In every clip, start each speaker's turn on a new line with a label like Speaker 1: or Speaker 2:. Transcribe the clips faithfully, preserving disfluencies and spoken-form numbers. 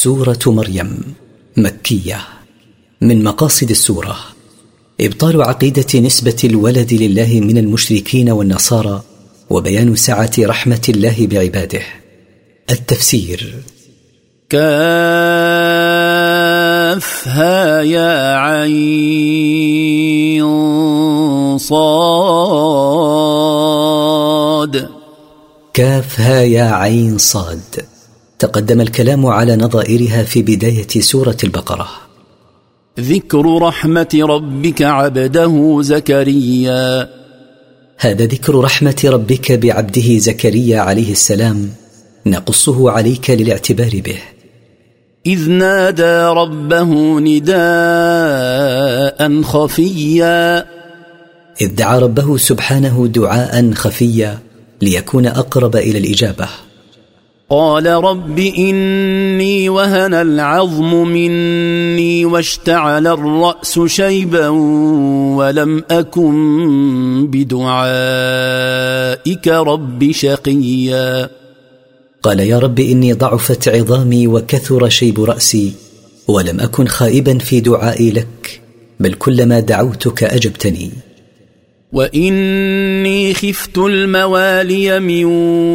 Speaker 1: سورة مريم مكية. من مقاصد السورة إبطال عقيدة نسبة الولد لله من المشركين والنصارى، وبيان سعة رحمة الله بعباده. التفسير:
Speaker 2: كافها يا عين صاد.
Speaker 1: كافها يا عين صاد. تقدم الكلام على نظائرها في بداية سورة البقرة.
Speaker 2: ذكر رحمة ربك عبده زكريا.
Speaker 1: هذا ذكر رحمة ربك بعبده زكريا عليه السلام، نقصه عليك للاعتبار به.
Speaker 2: إذ نادى ربه نداء خفيا.
Speaker 1: إذ دعا ربه سبحانه دعاء خفيا ليكون أقرب إلى الإجابة.
Speaker 2: قال رب إني وهن العظم مني واشتعل الرأس شيبا ولم أكن بدعائك رب شقيا.
Speaker 1: قال يا رب إني ضعفت عظامي وكثر شيب رأسي، ولم أكن خائبا في دعائي لك، بل كلما دعوتك أجبتني.
Speaker 2: وإني خفت الموالي من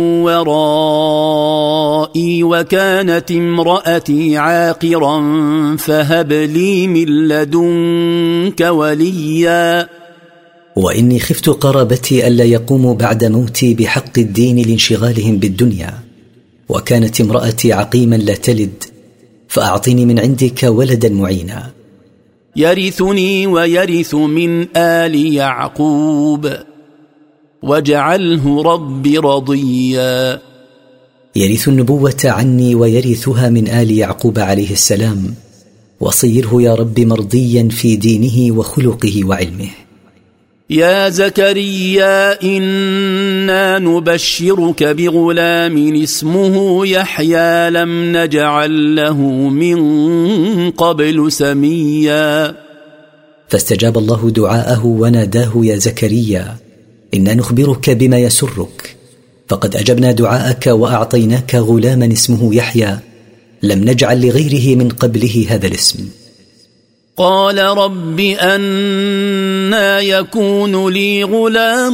Speaker 2: ورائي وكانت امرأتي عاقرا فهب لي من لدنك وليا.
Speaker 1: وإني خفت قرابتي ألا يقوموا بعد موتي بحق الدين لانشغالهم بالدنيا، وكانت امرأتي عقيما لا تلد، فأعطني من عندك ولدا معينا.
Speaker 2: يرثني ويرث من آل يعقوب واجعله رب رضيا.
Speaker 1: يرث النبوة عني ويرثها من آل يعقوب عليه السلام، وصيره يا رب مرضيا في دينه وخلقه وعلمه.
Speaker 2: يا زكريا إنا نبشرك بغلام اسمه يحيى لم نجعل له من قبل سميا.
Speaker 1: فاستجاب الله دعاءه وناداه: يا زكريا إنا نخبرك بما يسرك، فقد أجبنا دعاءك وأعطيناك غلاما اسمه يحيى لم نجعل لغيره من قبله هذا الاسم.
Speaker 2: قال رب أنى يكون لي غلام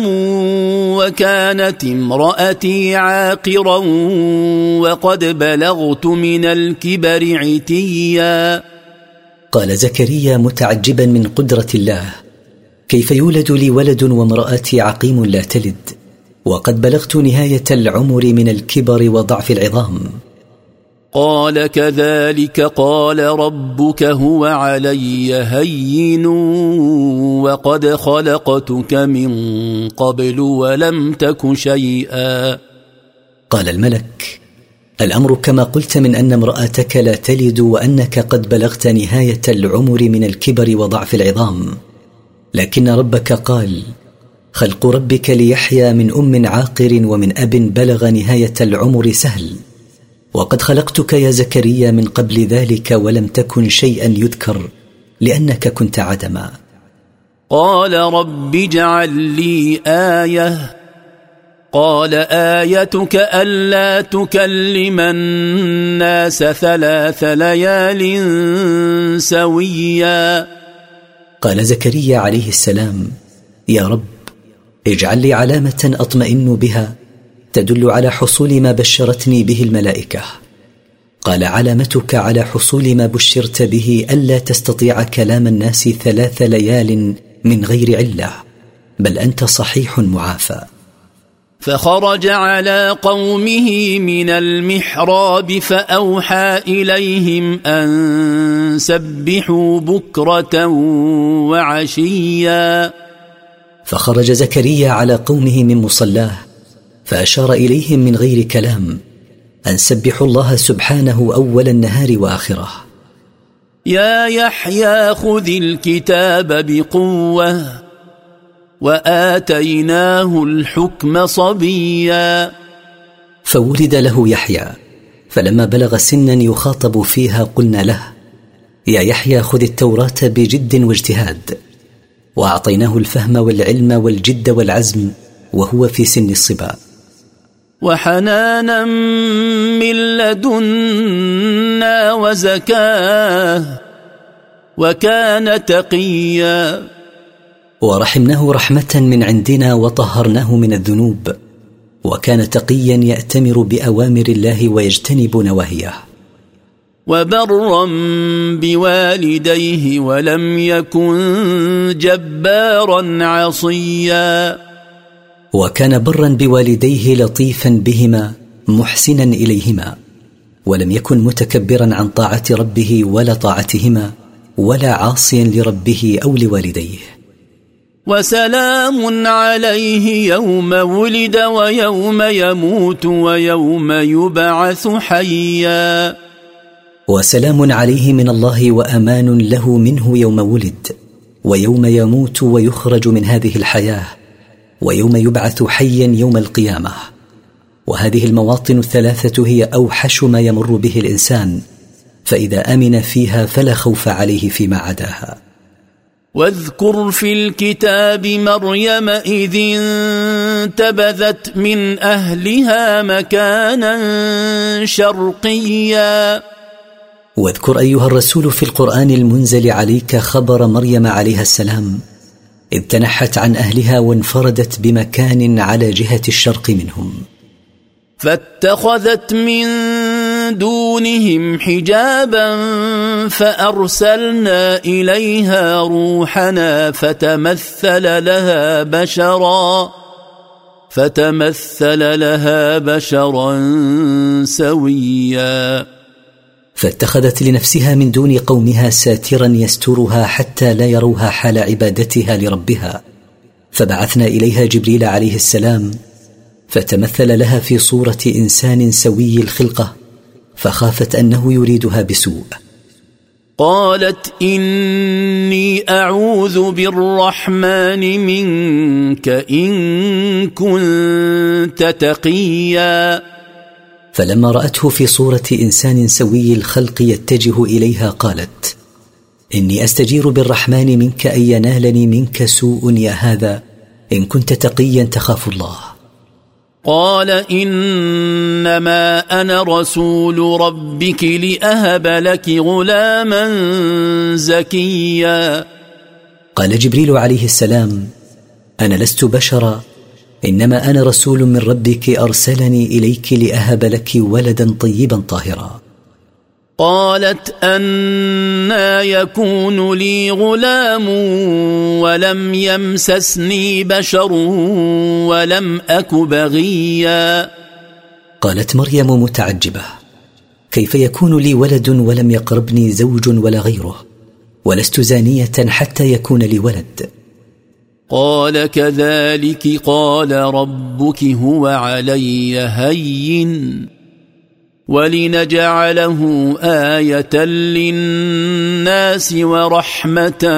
Speaker 2: وكانت امرأتي عاقرا وقد بلغت من الكبر عتيا.
Speaker 1: قال زكريا متعجبا من قدرة الله: كيف يولد لي ولد وامرأتي عقيم لا تلد، وقد بلغت نهاية العمر من الكبر وضعف العظام؟
Speaker 2: قال كذلك قال ربك هو علي هين وقد خلقتك من قبل ولم تك شيئا.
Speaker 1: قال الملك: الأمر كما قلت، من أن امرأتك لا تلد وأنك قد بلغت نهاية العمر من الكبر وضعف العظام، لكن ربك قال: خلق ربك ليحيى من أم عاقر ومن أب بلغ نهاية العمر سهل، وقد خلقتك يا زكريا من قبل ذلك ولم تكن شيئا يذكر لأنك كنت عدما.
Speaker 2: قال رب اجعل لي آية. قال آيتك ألا تكلم الناس ثلاث ليال سويا.
Speaker 1: قال زكريا عليه السلام: يا رب اجعل لي علامة أطمئن بها تدل على حصول ما بشرتني به الملائكة. قال: علامتك على حصول ما بشرت به ألا تستطيع كلام الناس ثلاث ليال من غير علة، بل أنت صحيح معافى.
Speaker 2: فخرج على قومه من المحراب فأوحى إليهم أن سبحوا بكرة وعشيا.
Speaker 1: فخرج زكريا على قومه من مصلاه فأشار إليهم من غير كلام أن سبحوا الله سبحانه أول النهار وآخره.
Speaker 2: يا يحيى خذ الكتاب بقوة وآتيناه الحكم صبيا.
Speaker 1: فولد له يحيى، فلما بلغ سنا يخاطب فيها قلنا له: يا يحيى خذ التوراة بجد واجتهاد، وأعطيناه الفهم والعلم والجد والعزم وهو في سن الصبا.
Speaker 2: وحنانا من لدنا وزكاة وكان تقيا.
Speaker 1: ورحمناه رحمة من عندنا وطهرناه من الذنوب، وكان تقيا يأتمر بأوامر الله ويجتنب نواهيه.
Speaker 2: وبرا بوالديه ولم يكن جبارا عصيا.
Speaker 1: وكان برا بوالديه لطيفا بهما محسنا إليهما، ولم يكن متكبرا عن طاعة ربه ولا طاعتهما، ولا عاصيا لربه أو لوالديه.
Speaker 2: وسلام عليه يوم ولد ويوم يموت ويوم يبعث حيا.
Speaker 1: وسلام عليه من الله وأمان له منه يوم ولد ويوم يموت ويخرج من هذه الحياة ويوم يبعث حيا يوم القيامة. وهذه المواطن الثلاثة هي أوحش ما يمر به الإنسان، فإذا أمن فيها فلا خوف عليه فيما عداها.
Speaker 2: واذكر في الكتاب مريم إذ انتبذت من أهلها مكانا شرقيا.
Speaker 1: واذكر أيها الرسول في القرآن المنزل عليك خبر مريم عليها السلام إذ تنحت عن أهلها وانفردت بمكان على جهة الشرق منهم.
Speaker 2: فاتخذت من دونهم حجابا فأرسلنا إليها روحنا فتمثل لها بشرا فتمثل لها بشرا سويا.
Speaker 1: فاتخذت لنفسها من دون قومها ساترا يسترها حتى لا يروها حال عبادتها لربها، فبعثنا إليها جبريل عليه السلام فتمثل لها في صورة إنسان سوي الخلقة، فخافت أنه يريدها بسوء.
Speaker 2: قالت إني أعوذ بالرحمن منك إن كنت تقيا.
Speaker 1: فلما رأته في صورة إنسان سوي الخلق يتجه إليها قالت إني أستجير بالرحمن منك أن ينالني منك سوء يا هذا إن كنت تقيا تخاف الله.
Speaker 2: قال إنما أنا رسول ربك لأهب لك غلاما زكيا.
Speaker 1: قال جبريل عليه السلام أنا لست بشرا، إنما أنا رسول من ربك أرسلني إليك لأهب لك ولدا طيبا طاهرا.
Speaker 2: قالت أنى يكون لي غلام ولم يمسسني بشر ولم أك بغيا.
Speaker 1: قالت مريم متعجبة كيف يكون لي ولد ولم يقربني زوج ولا غيره، ولست زانية حتى يكون لي ولد.
Speaker 2: قال كذلك قال ربك هو علي هين ولنجعله آية للناس ورحمة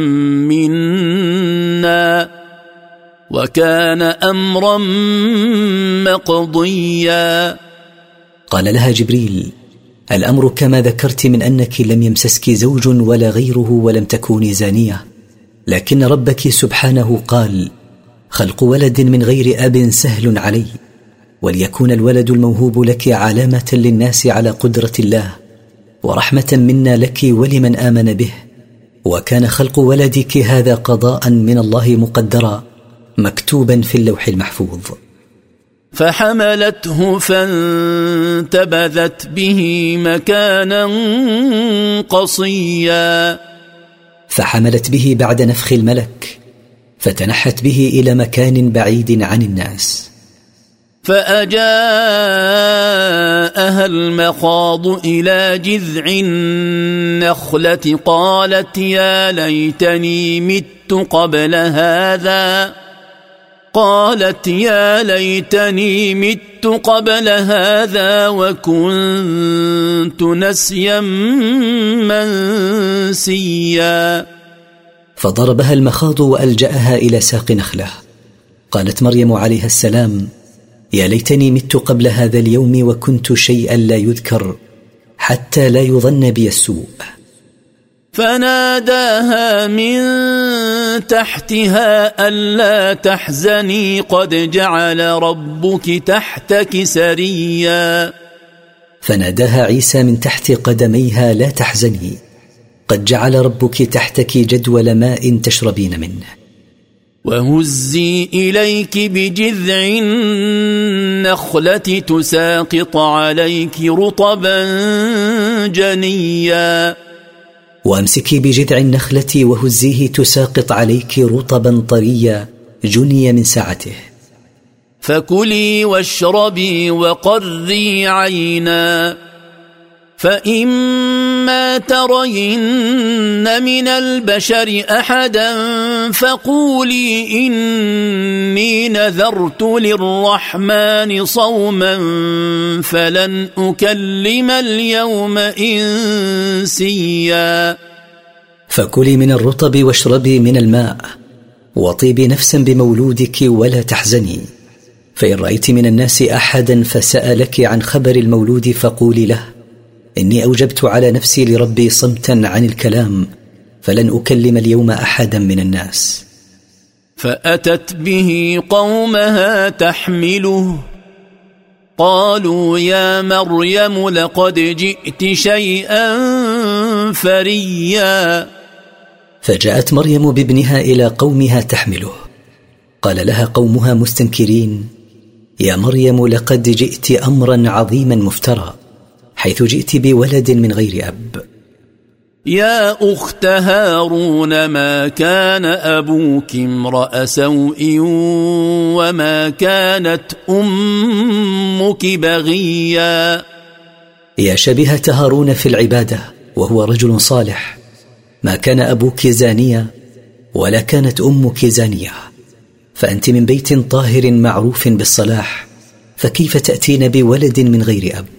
Speaker 2: منا وكان أمرا مقضيا.
Speaker 1: قال لها جبريل الأمر كما ذكرت من أنك لم يمسسك زوج ولا غيره ولم تكوني زانية، لكن ربك سبحانه قال خلق ولد من غير أب سهل علي، وليكون الولد الموهوب لك علامة للناس على قدرة الله ورحمة منا لك ولمن آمن به، وكان خلق ولدك هذا قضاء من الله مقدرا مكتوبا في اللوح المحفوظ.
Speaker 2: فحملته فانتبذت به مكانا قصيا.
Speaker 1: فحملت به بعد نفخ الملك فتنحت به إلى مكان بعيد عن الناس.
Speaker 2: فأجاءها المخاض إلى جذع النخلة قالت يا ليتني مت قبل هذا قالت يا ليتني مت قبل هذا وكنت نسيا منسيا.
Speaker 1: فضربها المخاض وألجأها إلى ساق نخلة. قالت مريم عليها السلام يا ليتني مت قبل هذا اليوم وكنت شيئا لا يذكر حتى لا يظن بي السوء.
Speaker 2: فناداها من تحتها ألا تحزني قد جعل ربك تحتك سريا.
Speaker 1: فناداها عيسى من تحت قدميها: لا تحزني، قد جعل ربك تحتك جدول ماء تشربين منه.
Speaker 2: وهزي إليك بجذع النخلة تساقط عليك رطبا جنيا.
Speaker 1: وأمسكي بجذع النخلة وهزيه تساقط عليك رطبا طريا جني من سعته.
Speaker 2: فكلي واشربي وقري عينا، فإما ترين من البشر أحدا فقولي إني نذرت للرحمن صوما فلن أكلم اليوم إنسيا.
Speaker 1: فكلي من الرطب واشربي من الماء وطيبي نفسا بمولودك ولا تحزني، فإن رأيت من الناس أحدا فسألك عن خبر المولود فقولي له: إني أوجبت على نفسي لربي صمتا عن الكلام فلن أكلم اليوم أحدا من الناس.
Speaker 2: فأتت به قومها تحمله قالوا يا مريم لقد جئت شيئا فريا.
Speaker 1: فجاءت مريم بابنها إلى قومها تحمله، قال لها قومها مستنكرين: يا مريم لقد جئت أمرا عظيما مفترى، حيث جئت بولد من غير أب.
Speaker 2: يا أخت هارون ما كان أبوك امرأ سوء وما كانت أمك بغيا.
Speaker 1: يا شبيهة هارون في العبادة وهو رجل صالح، ما كان أبوك زانيا ولا كانت أمك زانية، فأنت من بيت طاهر معروف بالصلاح، فكيف تأتين بولد من غير أب؟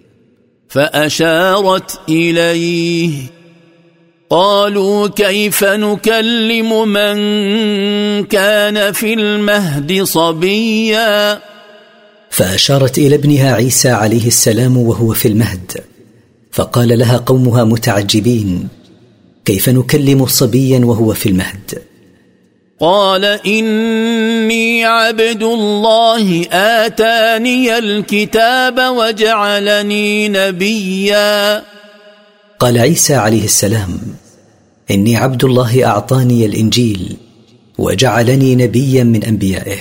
Speaker 2: فأشارت إليه قالوا كيف نكلم من كان في المهد صبيا.
Speaker 1: فأشارت إلى ابنها عيسى عليه السلام وهو في المهد، فقال لها قومها متعجبين: كيف نكلم صبيا وهو في المهد؟
Speaker 2: قال إني عبد الله آتاني الكتاب وجعلني نبيا.
Speaker 1: قال عيسى عليه السلام: إني عبد الله أعطاني الإنجيل وجعلني نبيا من أنبيائه،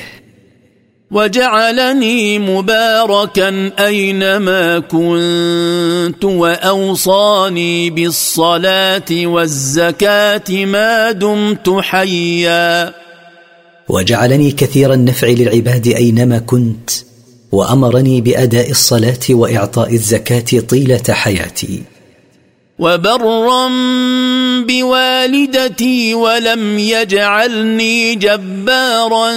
Speaker 2: وجعلني مباركا أينما كنت وأوصاني بالصلاة والزكاة ما دمت حيا.
Speaker 1: وجعلني كثير النفع للعباد أينما كنت، وأمرني بأداء الصلاة وإعطاء الزكاة طيلة حياتي.
Speaker 2: وبرا بوالدتي ولم يجعلني جبارا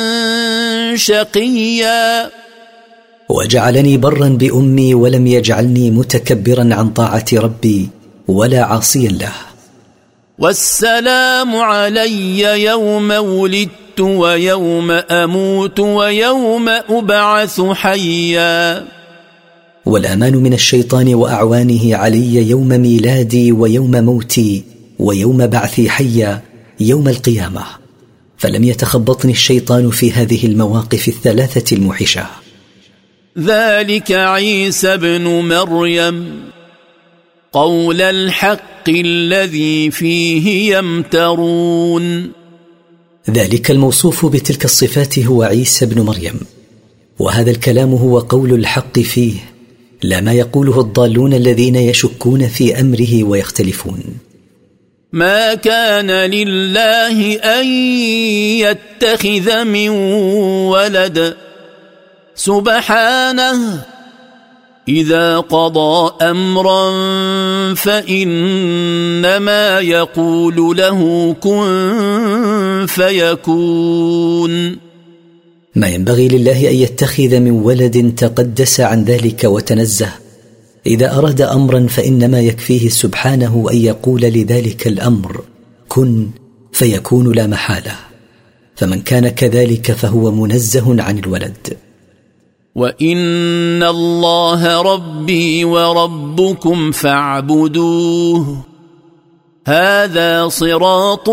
Speaker 2: شقيا.
Speaker 1: وجعلني برا بأمي ولم يجعلني متكبرا عن طاعة ربي ولا عاصيا له.
Speaker 2: والسلام علي يوم ولدت ويوم أموت ويوم أبعث حيا.
Speaker 1: والأمان من الشيطان وأعوانه علي يوم ميلادي ويوم موتي ويوم بعثي حيا يوم القيامة، فلم يتخبطني الشيطان في هذه المواقف الثلاثة الموحشة.
Speaker 2: ذلك عيسى بن مريم قول الحق الذي فيه يمترون.
Speaker 1: ذلك الموصوف بتلك الصفات هو عيسى بن مريم، وهذا الكلام هو قول الحق فيه، لا ما يقوله الضالون الذين يشكون في أمره ويختلفون.
Speaker 2: ما كان لله أن يتخذ من ولد سبحانه إذا قضى أمرا فإنما يقول له كن فيكون.
Speaker 1: ما ينبغي لله أن يتخذ من ولد تقدس عن ذلك وتنزه، إذا أراد أمرا فإنما يكفيه سبحانه أن يقول لذلك الأمر كن فيكون لا محالة، فمن كان كذلك فهو منزه عن الولد.
Speaker 2: وإن الله ربي وربكم فاعبدوه هذا صراط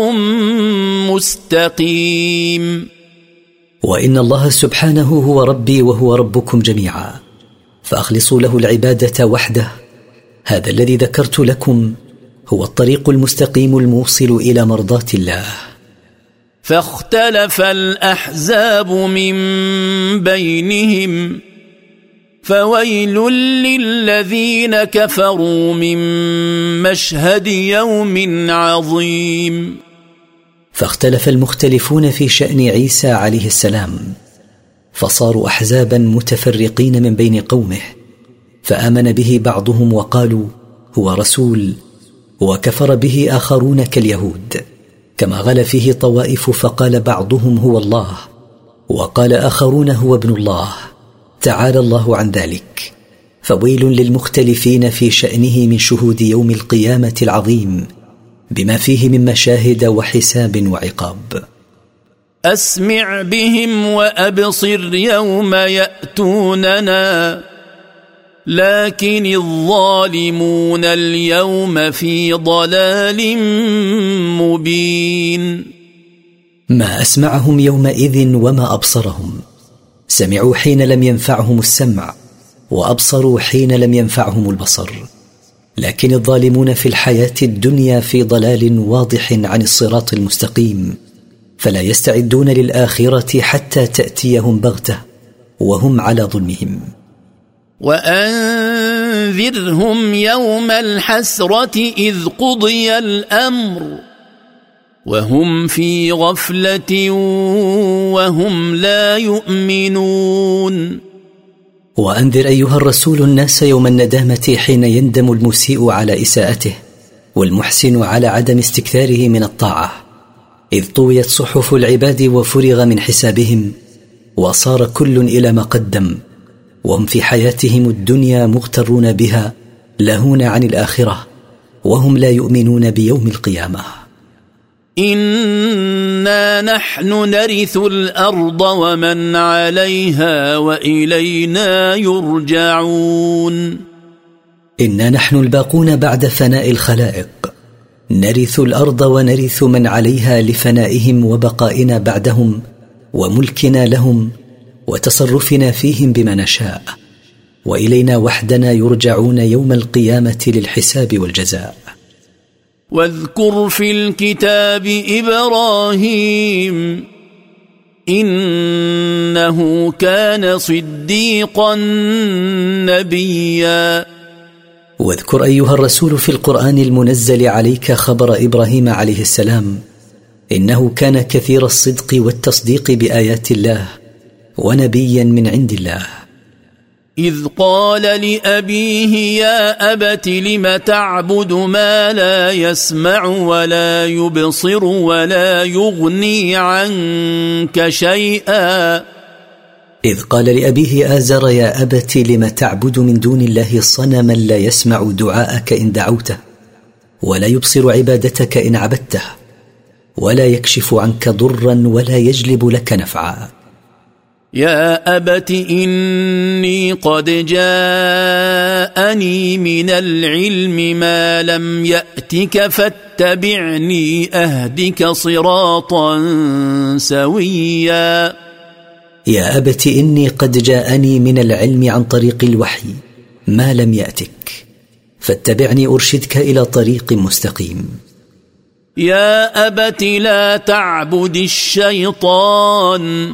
Speaker 2: مستقيم.
Speaker 1: وإن الله سبحانه هو ربي وهو ربكم جميعا، فأخلصوا له العبادة وحده. هذا الذي ذكرت لكم هو الطريق المستقيم الموصل إلى مرضاة الله.
Speaker 2: فاختلف الأحزاب من بينهم فويل للذين كفروا من مشهد يوم عظيم.
Speaker 1: فاختلف المختلفون في شأن عيسى عليه السلام، فصاروا أحزابا متفرقين من بين قومه، فآمن به بعضهم وقالوا هو رسول، وكفر به آخرون كاليهود، كما غلا فيه طوائف فقال بعضهم هو الله، وقال آخرون هو ابن الله، تعالى الله عن ذلك. فويل للمختلفين في شأنه من شهود يوم القيامة العظيم بما فيه من مشاهد وحساب وعقاب.
Speaker 2: أسمع بهم وأبصر يوم يأتوننا لكن الظالمون اليوم في ضلال مبين.
Speaker 1: ما أسمعهم يومئذ وما أبصرهم، سمعوا حين لم ينفعهم السمع، وأبصروا حين لم ينفعهم البصر، لكن الظالمون في الحياة الدنيا في ضلال واضح عن الصراط المستقيم، فلا يستعدون للآخرة حتى تأتيهم بغتة وهم على ظلمهم.
Speaker 2: وأنذرهم يوم الحسرة إذ قضي الأمر وهم في غفلة وهم لا يؤمنون.
Speaker 1: وأنذر أيها الرسول الناس يوم الندامة حين يندم المسيء على إساءته والمحسن على عدم استكثاره من الطاعة، إذ طويت صحف العباد وفرغ من حسابهم وصار كل إلى ما قدم، وهم في حياتهم الدنيا مغترون بها لاهون عن الآخرة، وهم لا يؤمنون بيوم القيامة.
Speaker 2: إنا نحن نرث الأرض ومن عليها وإلينا يرجعون.
Speaker 1: إنا نحن الباقون بعد فناء الخلائق، نرث الأرض ونرث من عليها لفنائهم وبقائنا بعدهم وملكنا لهم وتصرفنا فيهم بما نشاء، وإلينا وحدنا يرجعون يوم القيامة للحساب والجزاء.
Speaker 2: واذكر في الكتاب إبراهيم إنه كان صديقا نبيا.
Speaker 1: واذكر أيها الرسول في القرآن المنزل عليك خبر إبراهيم عليه السلام، إنه كان كثير الصدق والتصديق بآيات الله ونبيا من عند الله.
Speaker 2: إذ قال لأبيه يا أبت لم تعبد ما لا يسمع ولا يبصر ولا يغني عنك شيئا.
Speaker 1: إذ قال لأبيه آزر يا أبت لم تعبد من دون الله صنما لا يسمع دعاءك إن دعوته ولا يبصر عبادتك إن عبدته ولا يكشف عنك ضرا ولا يجلب لك نفعا.
Speaker 2: يا أبت إني قد جاءني من العلم ما لم يأتك فاتبعني أهدك صراطا سويا.
Speaker 1: يا أبت إني قد جاءني من العلم عن طريق الوحي ما لم يأتك، فاتبعني أرشدك إلى طريق مستقيم.
Speaker 2: يا أبت لا تعبد الشيطان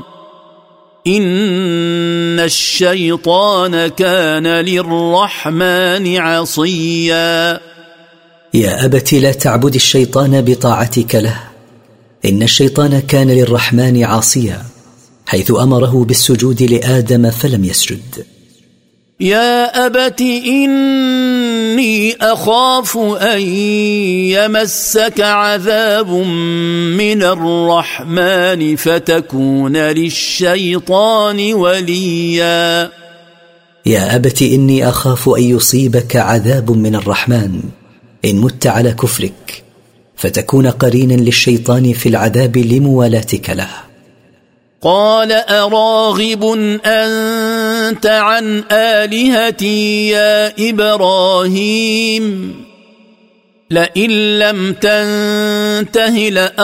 Speaker 2: إن الشيطان كان للرحمن عصيا.
Speaker 1: يا أبت لا تعبد الشيطان بطاعتك له، إن الشيطان كان للرحمن عاصيا، حيث أمره بالسجود لآدم فلم يسجد.
Speaker 2: يا أبت إني أخاف أن يمسك عذاب من الرحمن فتكون للشيطان وليا.
Speaker 1: يا أبت إني أخاف أن يصيبك عذاب من الرحمن إن مت على كفرك، فتكون قرينا للشيطان في العذاب لموالاتك له.
Speaker 2: قال أراغب أنت عن آلهتي يا إبراهيم لئن لم تنته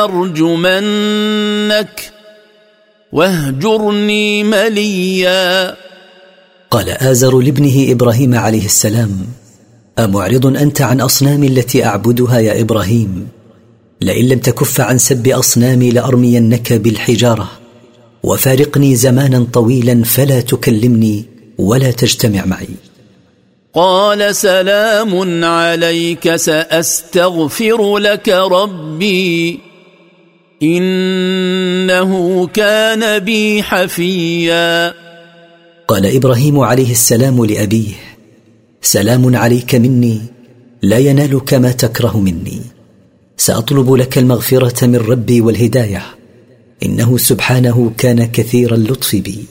Speaker 2: لأرجمنك واهجرني مليا.
Speaker 1: قال آزر لابنه إبراهيم عليه السلام: أمعرض أنت عن أصنامي التي أعبدها يا إبراهيم؟ لئن لم تكف عن سب أصنامي لأرمينك بالحجارة، وفارقني زمانا طويلا فلا تكلمني ولا تجتمع معي.
Speaker 2: قال سلام عليك سأستغفر لك ربي إنه كان بي حفيا.
Speaker 1: قال إبراهيم عليه السلام لأبيه: سلام عليك مني، لا ينالك ما تكره مني، سأطلب لك المغفرة من ربي والهداية، إنه سبحانه كان كثير اللطف بي.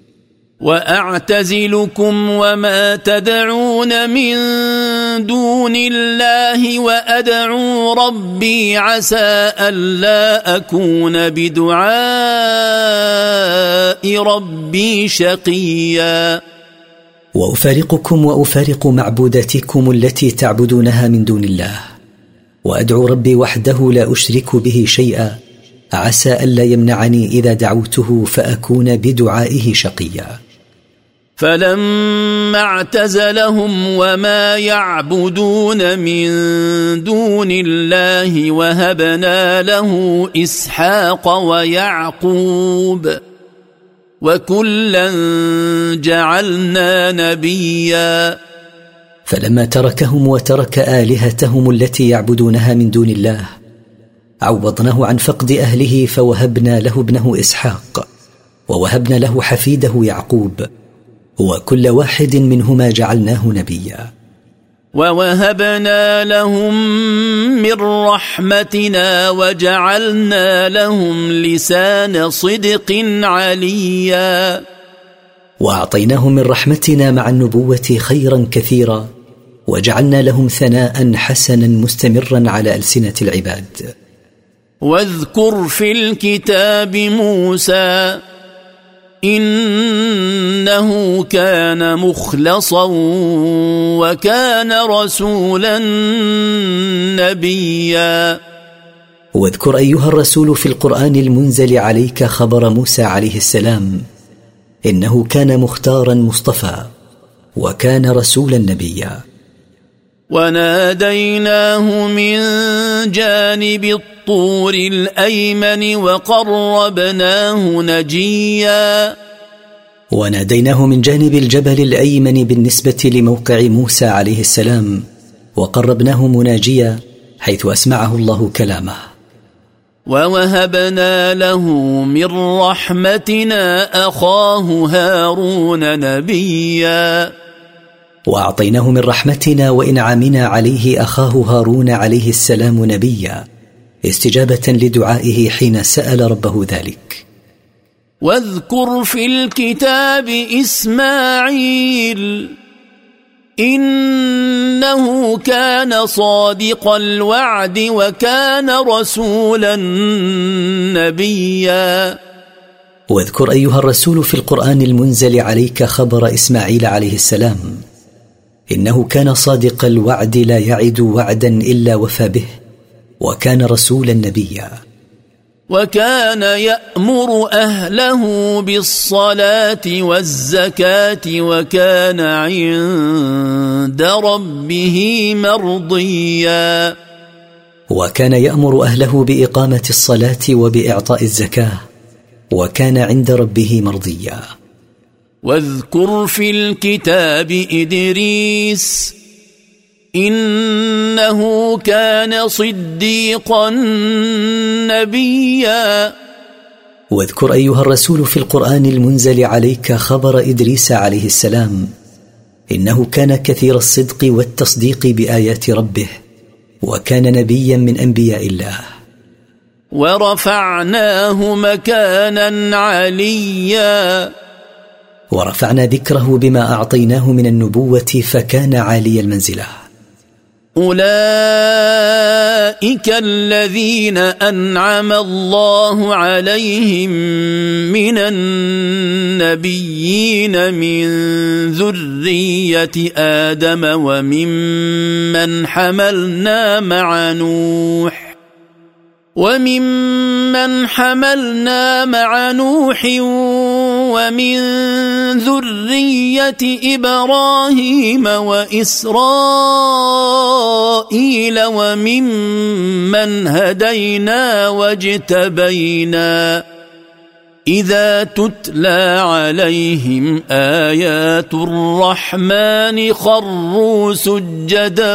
Speaker 2: وأعتزلكم وما تدعون من دون الله وأدعو ربي عسى ألا أكون بدعاء ربي شقيا.
Speaker 1: وأفارقكم وأفارق معبوداتكم التي تعبدونها من دون الله، وأدعو ربي وحده لا أشرك به شيئا، عسى ألا يمنعني إذا دعوته فأكون بدعائه شقيا.
Speaker 2: فلما اعتزلهم وما يعبدون من دون الله وهبنا له إسحاق ويعقوب وكلا جعلنا نبيا.
Speaker 1: فلما تركهم وترك آلهتهم التي يعبدونها من دون الله، عوضناه عن فقد أهله فوهبنا له ابنه إسحاق، ووهبنا له حفيده يعقوب، وكل واحد منهما جعلناه نبيا.
Speaker 2: ووهبنا لهم من رحمتنا وجعلنا لهم لسان صدق عليا.
Speaker 1: وأعطيناهم من رحمتنا مع النبوة خيرا كثيرا، وجعلنا لهم ثناء حسنا مستمرا على ألسنة العباد.
Speaker 2: واذكر في الكتاب موسى إنه كان مخلصا وكان رسولا نبيا.
Speaker 1: واذكر أيها الرسول في القرآن المنزل عليك خبر موسى عليه السلام، إنه كان مختارا مصطفى وكان رسولا نبيا.
Speaker 2: وناديناه من جانب الطور الأيمن وقربناه نجيا.
Speaker 1: وناديناه من جانب الجبل الأيمن بالنسبة لموقع موسى عليه السلام، وقربناه مناجيا حيث أسمعه الله كلامه.
Speaker 2: ووهبنا له من رحمتنا أخاه هارون نبيا.
Speaker 1: وأعطيناه من رحمتنا وإنعامنا عليه أخاه هارون عليه السلام نبيا، استجابة لدعائه حين سأل ربه ذلك.
Speaker 2: واذكر في الكتاب إسماعيل إنه كان صادق الوعد وكان رسولا نبيا.
Speaker 1: واذكر أيها الرسول في القرآن المنزل عليك خبر إسماعيل عليه السلام، إنه كان صادق الوعد لا يعد وعدا إلا وفى به، وكان رسولا نبيا.
Speaker 2: وكان يأمر أهله بالصلاة والزكاة وكان عند ربه مرضيا.
Speaker 1: وكان يأمر أهله بإقامة الصلاة وبإعطاء الزكاة، وكان عند ربه مرضيا.
Speaker 2: واذكر في الكتاب إدريس إنه كان صديقا نبيا.
Speaker 1: واذكر أيها الرسول في القرآن المنزل عليك خبر إدريس عليه السلام، إنه كان كثير الصدق والتصديق بآيات ربه، وكان نبيا من أنبياء الله.
Speaker 2: ورفعناه مكانا عليا.
Speaker 1: ورفعنا ذكره بما أعطيناه من النبوة فكان عالي المنزلة.
Speaker 2: أولئك الذين أنعم الله عليهم من النبيين من ذرية آدم وممن حملنا مع نوح وممن حملنا مع نوح ومن ذرية إبراهيم وإسرائيل وممن هدينا واجتبينا إذا تتلى عليهم آيات الرحمن خروا سجدا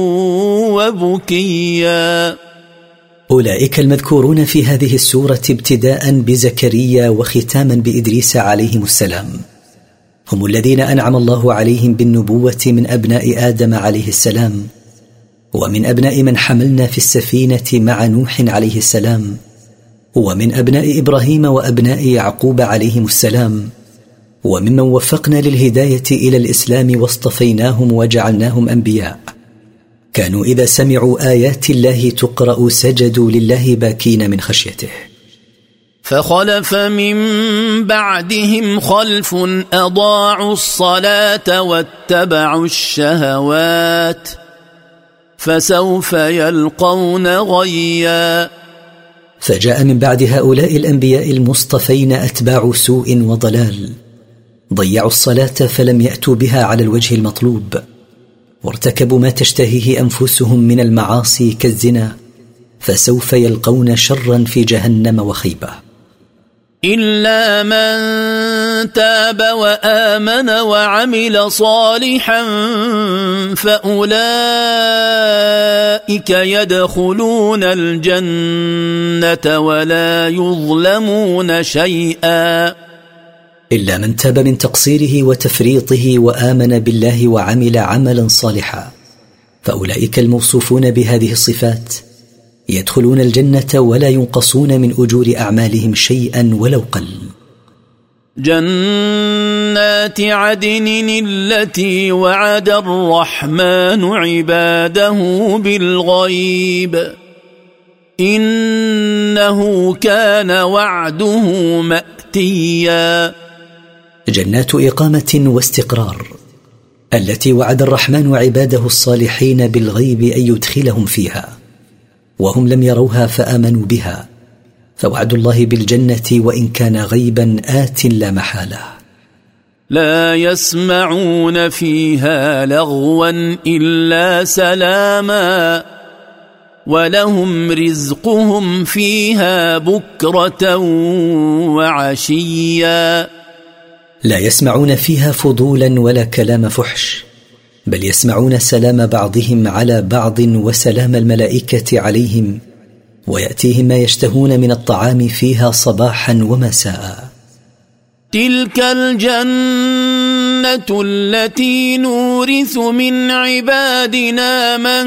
Speaker 2: وبكيا.
Speaker 1: أولئك المذكورون في هذه السورة ابتداء بزكريا وختاما بإدريس عليهم السلام هم الذين أنعم الله عليهم بالنبوة من أبناء آدم عليه السلام ومن أبناء من حملنا في السفينة مع نوح عليه السلام ومن أبناء إبراهيم وأبناء يعقوب عليهم السلام وممن وفقنا للهداية إلى الإسلام واصطفيناهم وجعلناهم أنبياء كانوا إذا سمعوا آيات الله تقرأ سجدوا لله باكين من خشيته.
Speaker 2: فخلف من بعدهم خلف أضاعوا الصلاة واتبعوا الشهوات فسوف يلقون غيا.
Speaker 1: فجاء من بعد هؤلاء الأنبياء المصطفين أتباع سوء وضلال ضيعوا الصلاة فلم يأتوا بها على الوجه المطلوب وارتكبوا ما تشتهيه أنفسهم من المعاصي كالزنا فسوف يلقون شرا في جهنم وخيبة.
Speaker 2: إلا من تاب وآمن وعمل صالحا فأولئك يدخلون الجنة ولا يظلمون شيئا.
Speaker 1: إلا من تاب من تقصيره وتفريطه وآمن بالله وعمل عملا صالحا فأولئك الموصوفون بهذه الصفات يدخلون الجنة ولا ينقصون من أجور أعمالهم شيئا ولو قل.
Speaker 2: جنات عدن التي وعد الرحمن عباده بالغيب إنه كان وعده مأتيا.
Speaker 1: جنات إقامة واستقرار التي وعد الرحمن عباده الصالحين بالغيب أن يدخلهم فيها وهم لم يروها فآمنوا بها فوعد الله بالجنة وإن كان غيبا آت لا محالة.
Speaker 2: لا يسمعون فيها لغوا إلا سلاما ولهم رزقهم فيها بكرة وعشيا.
Speaker 1: لا يسمعون فيها فضولا ولا كلام فحش بل يسمعون سلام بعضهم على بعض وسلام الملائكة عليهم ويأتيهم ما يشتهون من الطعام فيها صباحا ومساء.
Speaker 2: تلك الجنة التي نورث من عبادنا من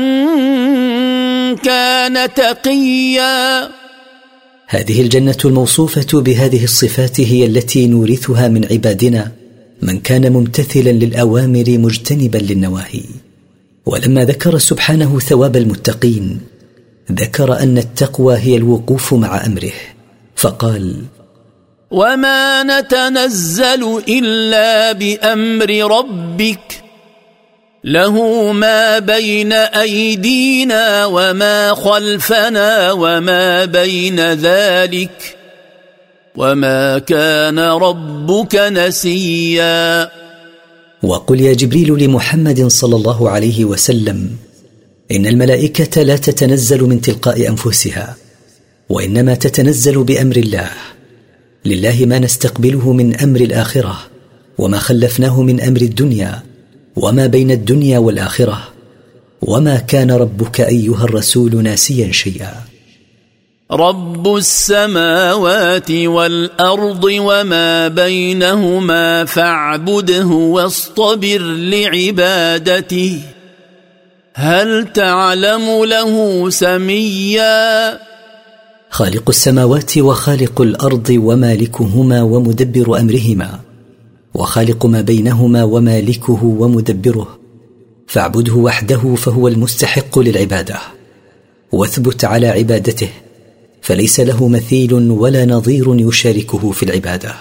Speaker 2: كان تقيا.
Speaker 1: هذه الجنة الموصوفة بهذه الصفات هي التي نورثها من عبادنا من كان ممتثلا للأوامر مجتنبا للنواهي. ولما ذكر سبحانه ثواب المتقين ذكر أن التقوى هي الوقوف مع أمره فقال
Speaker 2: وما نتنزل إلا بأمر ربك له ما بين أيدينا وما خلفنا وما بين ذلك وما كان ربك نسيا.
Speaker 1: وقل يا جبريل لمحمد صلى الله عليه وسلم إن الملائكة لا تتنزل من تلقاء أنفسها وإنما تتنزل بأمر الله. لله ما نستقبله من أمر الآخرة وما خلفناه من أمر الدنيا وما بين الدنيا والآخرة وما كان ربك أيها الرسول ناسيا شيئا.
Speaker 2: رب السماوات والأرض وما بينهما فاعبده واصطبر لعبادته هل تعلم له سميا.
Speaker 1: خالق السماوات وخالق الأرض ومالكهما ومدبر أمرهما وخالق ما بينهما ومالكه ومدبره فاعبده وحده فهو المستحق للعبادة، واثبت على عبادته فليس له مثيل ولا نظير يشاركه في العبادة.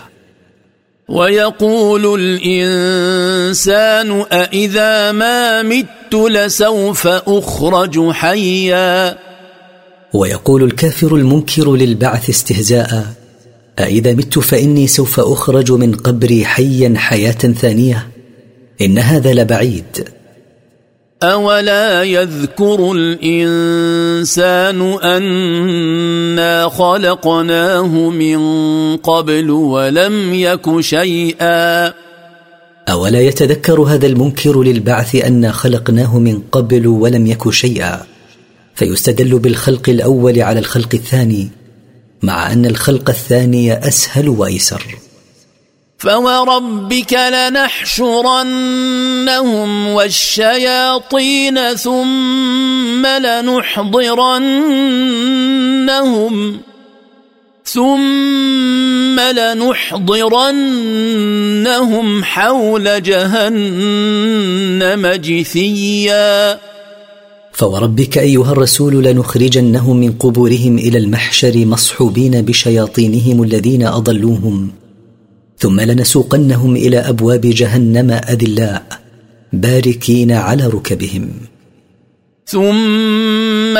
Speaker 2: ويقول الإنسان أإذا ما مت لسوف أخرج حيا.
Speaker 1: ويقول الكافر المنكر للبعث استهزاء: أإذا مت فإني سوف أخرج من قبري حيا حياة ثانية، إن هذا لبعيد.
Speaker 2: أولا يذكر الإنسان أنا خلقناه من قبل ولم يك شيئا.
Speaker 1: أولا يتذكر هذا المنكر للبعث أنا خلقناه من قبل ولم يك شيئا، فيستدل بالخلق الأول على الخلق الثاني، مع أن الخلق الثاني أسهل وأيسر.
Speaker 2: فوربك لنحشرنهم والشياطين ثم لنحضرنهم ثم لنحضرنهم حول جهنم جثيا.
Speaker 1: فوربك أيها الرسول لنخرجنهم من قبورهم إلى المحشر مصحوبين بشياطينهم الذين أضلوهم، ثم لنسوقنهم إلى أبواب جهنم أذلاء باركين على ركبهم،
Speaker 2: ثم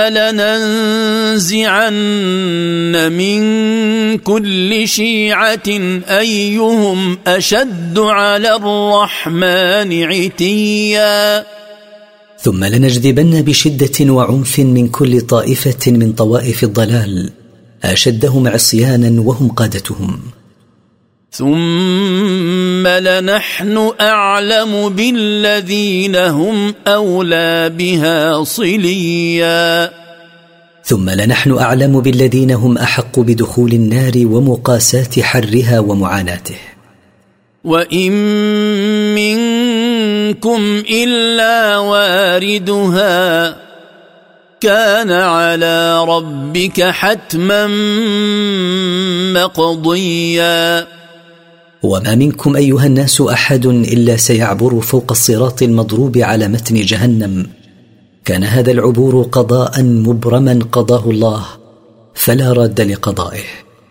Speaker 2: لننزعن من كل شيعة أيهم أشد على الرحمن عتيا.
Speaker 1: ثم لنجذبن بشدة وعنف من كل طائفة من طوائف الضلال أشدهم عصيانا وهم قادتهم.
Speaker 2: ثم لنحن أعلم بالذين هم أولى بها صليا.
Speaker 1: ثم لنحن أعلم بالذين هم أحق بدخول النار ومقاساة حرها ومعاناته.
Speaker 2: وإن منكم إلا واردها كان على ربك حتما مقضيا.
Speaker 1: وما منكم أيها الناس أحد إلا سيعبر فوق الصراط المضروب على متن جهنم، كان هذا العبور قضاء مبرما قضاه الله فلا راد لقضائه.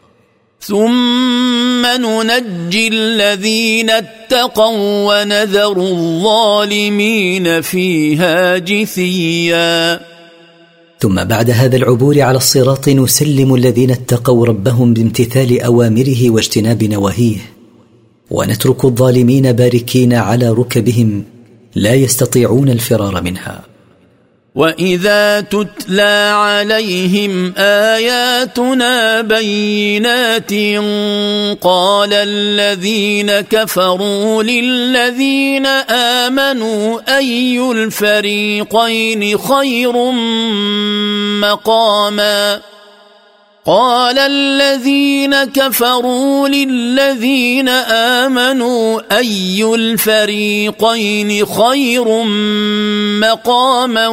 Speaker 2: ثم ننجي الذين اتقوا ونذر الظالمين فيها جثيا.
Speaker 1: ثم بعد هذا العبور على الصراط نسلم الذين اتقوا ربهم بامتثال أوامره واجتناب نواهيه، ونترك الظالمين باركين على ركبهم لا يستطيعون الفرار منها.
Speaker 2: وإذا تتلى عليهم آياتنا بينات قال الذين كفروا للذين آمنوا أي الفريقين خير مقاما. قال الذين كفروا للذين آمنوا أي الفريقين خير مقاما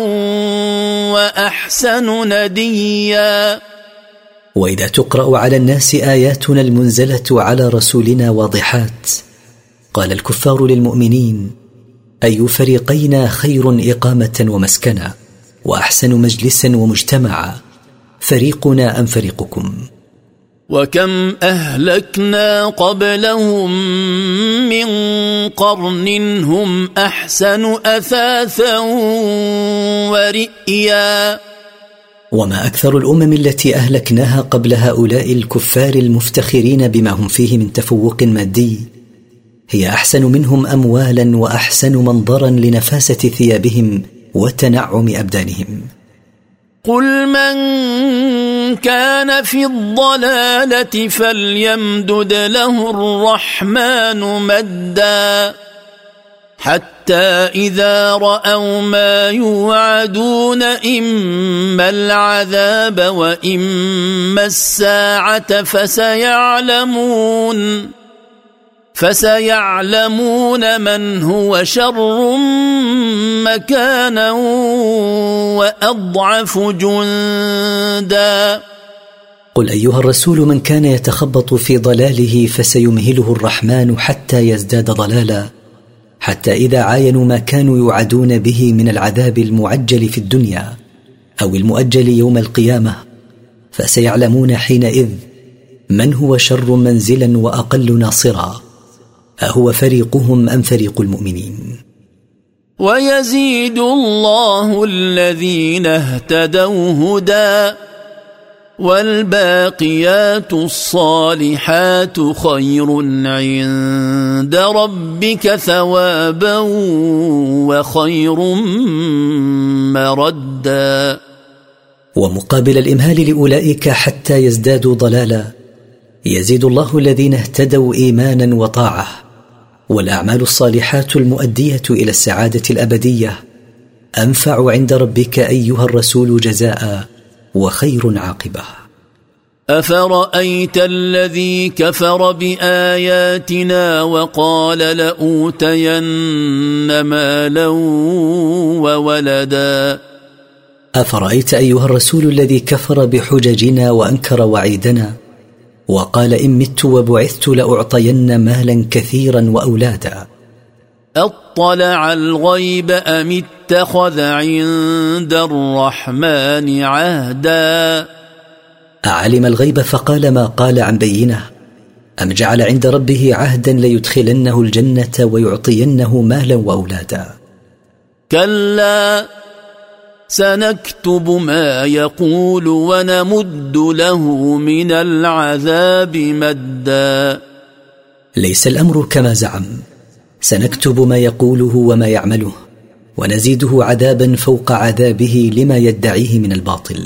Speaker 2: وأحسن نديا.
Speaker 1: وإذا تقرأ على الناس آياتنا المنزلة على رسولنا واضحات قال الكفار للمؤمنين أي فريقين خير إقامة ومسكنا وأحسن مجلسا ومجتمعا، فريقنا أم فريقكم؟
Speaker 2: وكم أهلكنا قبلهم من قرن هم أحسن أثاثا ورئيا.
Speaker 1: وما أكثر الأمم التي أهلكناها قبل هؤلاء الكفار المفتخرين بما هم فيه من تفوق مادي، هي أحسن منهم أموالا وأحسن منظرا لنفاسة ثيابهم وتنعم أبدانهم.
Speaker 2: قل من كان في الضلالة فليمدد له الرحمن مدا حتى إذا رأوا ما يوعدون إما العذاب وإما الساعة فسيعلمون فسيعلمون من هو شر مكانا وأضعف جندا.
Speaker 1: قل أيها الرسول من كان يتخبط في ضلاله فسيمهله الرحمن حتى يزداد ضلالا حتى إذا عاينوا ما كانوا يوعدون به من العذاب المعجل في الدنيا أو المؤجل يوم القيامة، فسيعلمون حينئذ من هو شر منزلا وأقل ناصرا، أهو فريقهم أم فريق المؤمنين.
Speaker 2: ويزيد الله الذين اهتدوا هدى والباقيات الصالحات خير عند ربك ثوابا وخير مردا.
Speaker 1: ومقابل الإمهال لأولئك حتى يزدادوا ضلالا، يزيد الله الذين اهتدوا إيمانا وطاعة، والأعمال الصالحات المؤدية إلى السعادة الأبدية أنفع عند ربك أيها الرسول جزاء وخير عاقبة.
Speaker 2: أفرأيت الذي كفر بآياتنا وقال لأوتين مالا وولدا.
Speaker 1: أفرأيت أيها الرسول الذي كفر بحججنا وأنكر وعيدنا وقال إن مت وبعثت لأعطين مالا كثيرا وأولادا.
Speaker 2: أطلع الغيب أم اتخذ عند الرحمن عهدا.
Speaker 1: أعلم الغيب فقال ما قال عن بينه، أم جعل عند ربه عهدا ليدخلنه الجنة ويعطينه مالا وأولادا.
Speaker 2: كلا سنكتب ما يقول ونمد له من العذاب مدا.
Speaker 1: ليس الأمر كما زعم، سنكتب ما يقوله وما يعمله ونزيده عذابا فوق عذابه لما يدعيه من الباطل.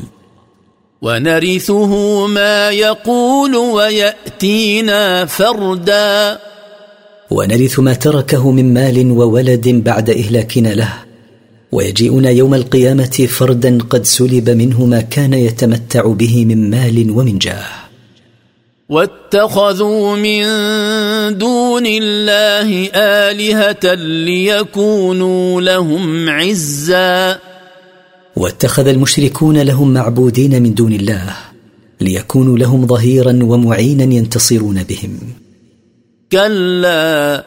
Speaker 2: ونرثه ما يقول ويأتينا فردا.
Speaker 1: ونرث ما تركه من مال وولد بعد إهلاكنا له، ويجيئنا يوم القيامة فردا قد سلب منه ما كان يتمتع به من مال ومن جاه.
Speaker 2: واتخذوا من دون الله آلهة ليكونوا لهم عزا.
Speaker 1: واتخذ المشركون لهم معبودين من دون الله ليكونوا لهم ظهيرا ومعينا ينتصرون بهم.
Speaker 2: كلا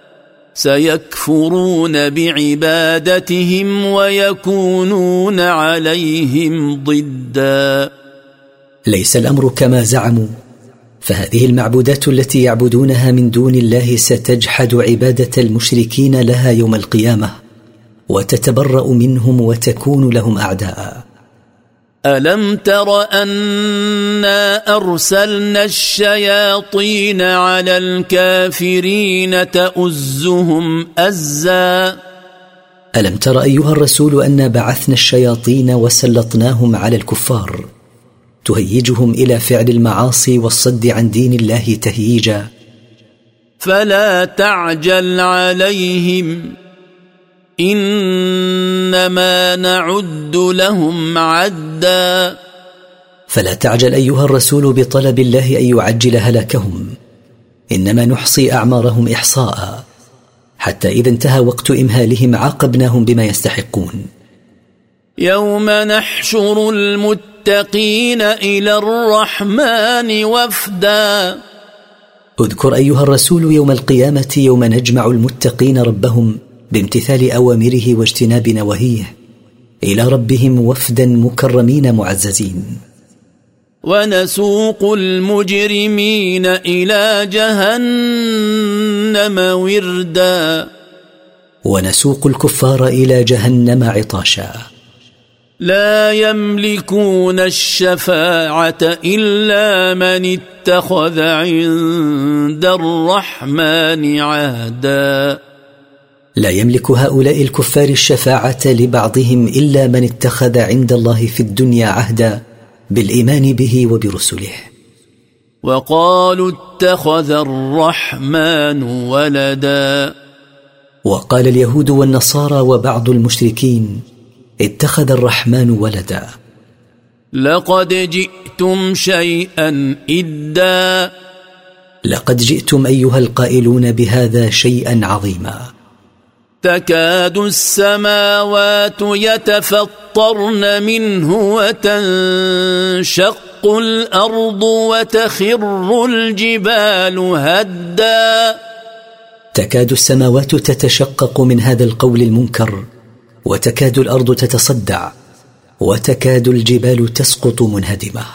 Speaker 2: سيكفرون بعبادتهم ويكونون عليهم ضدا.
Speaker 1: ليس الأمر كما زعموا، فهذه المعبودات التي يعبدونها من دون الله ستجحد عبادة المشركين لها يوم القيامة وتتبرأ منهم وتكون لهم أعداء.
Speaker 2: ألم تر أنا أرسلنا الشياطين على الكافرين تؤزهم أزا.
Speaker 1: ألم تر أيها الرسول أنا بعثنا الشياطين وسلطناهم على الكفار تهيجهم إلى فعل المعاصي والصد عن دين الله تهييجا.
Speaker 2: فلا تعجل عليهم إنما نعد لهم عدا.
Speaker 1: فلا تعجل أيها الرسول بطلب الله أن يعجل هلاكهم، إنما نحصي أعمارهم إحصاء، حتى إذا انتهى وقت إمهالهم عاقبناهم بما يستحقون.
Speaker 2: يوم نحشر المتقين إلى الرحمن وفدا.
Speaker 1: اذكر أيها الرسول يوم القيامة يوم نجمع المتقين ربهم بامتثال أوامره واجتناب نواهيه إلى ربهم وفدا مكرمين معززين.
Speaker 2: ونسوق المجرمين إلى جهنم وردا.
Speaker 1: ونسوق الكفار إلى جهنم عطاشا.
Speaker 2: لا يملكون الشفاعة إلا من اتخذ عند الرحمن عهدا.
Speaker 1: لا يملك هؤلاء الكفار الشفاعة لبعضهم إلا من اتخذ عند الله في الدنيا عهدا بالإيمان به وبرسله.
Speaker 2: وقالوا اتخذ الرحمن ولدا.
Speaker 1: وقال اليهود والنصارى وبعض المشركين اتخذ الرحمن ولدا.
Speaker 2: لقد جئتم شيئا إدا.
Speaker 1: لقد جئتم أيها القائلون بهذا شيئا عظيما.
Speaker 2: تكاد السماوات يتفطرن منه وتنشق الأرض وتخر الجبال هدا.
Speaker 1: تكاد السماوات تتشقق من هذا القول المنكر، وتكاد الأرض تتصدع، وتكاد الجبال تسقط منهدمة.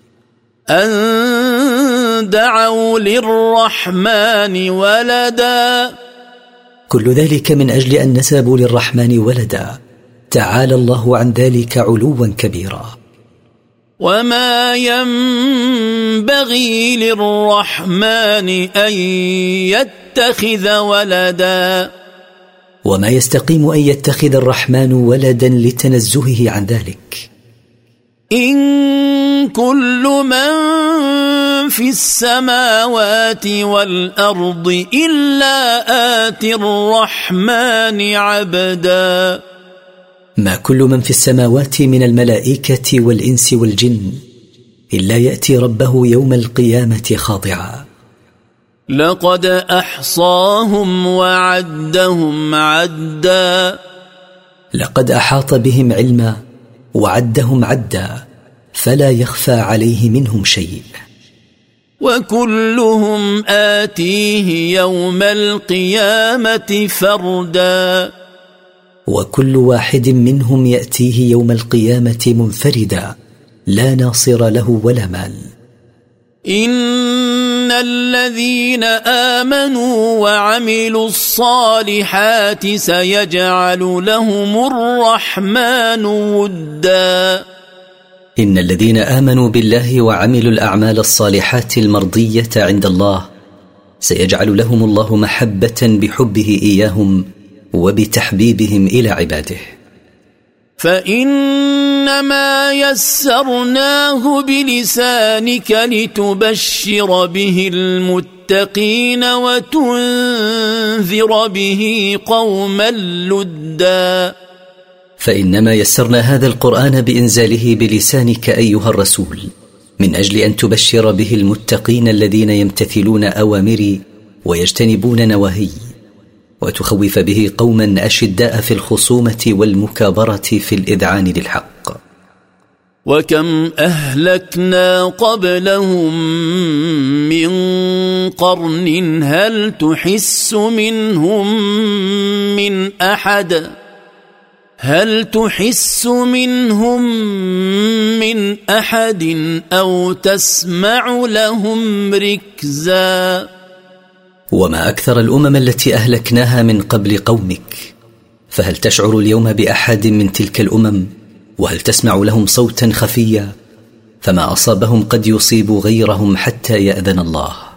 Speaker 2: أن دعوا للرحمن ولدا.
Speaker 1: كل ذلك من أجل أن نسبوا للرحمن ولدا، تعالى الله عن ذلك علوا كبيرا.
Speaker 2: وما ينبغي للرحمن أن يتخذ ولدا.
Speaker 1: وما يستقيم أن يتخذ الرحمن ولدا لتنزهه عن ذلك.
Speaker 2: إن كل من في السماوات والأرض إلا آتي الرحمن عبدا.
Speaker 1: ما كل من في السماوات من الملائكة والإنس والجن إلا يأتي ربه يوم القيامة خاضعا.
Speaker 2: لقد أحصاهم وعدهم عدا.
Speaker 1: لقد أحاط بهم علما وعدهم عدا، فلا يخفى عليه منهم شيء.
Speaker 2: وكلهم آتيه يوم القيامة فردا.
Speaker 1: وكل واحد منهم يأتيه يوم القيامة منفردا، لا ناصر له ولا مال.
Speaker 2: إن الذين آمنوا وعملوا الصالحات سيجعل لهم الرحمن ودا.
Speaker 1: إن الذين آمنوا بالله وعملوا الأعمال الصالحات المرضية عند الله سيجعل لهم الله محبة بحبه إياهم وبتحبيبهم إلى عباده.
Speaker 2: فإنما يسرناه بلسانك لتبشر به المتقين وتنذر به قوما لدا.
Speaker 1: فإنما يسرنا هذا القرآن بإنزاله بلسانك أيها الرسول من أجل أن تبشر به المتقين الذين يمتثلون أوامري ويجتنبون نواهي، وتخوف به قوما أشداء في الخصومة والمكابرة في الإذعان للحق.
Speaker 2: وكم أهلكنا قبلهم من قرن هل تحس منهم من أحد هل تحس منهم من أحد أو تسمع لهم ركزا.
Speaker 1: وما أكثر الأمم التي أهلكناها من قبل قومك، فهل تشعر اليوم بأحد من تلك الأمم؟ وهل تسمع لهم صوتا خفيا؟ فما أصابهم قد يصيب غيرهم حتى يأذن الله.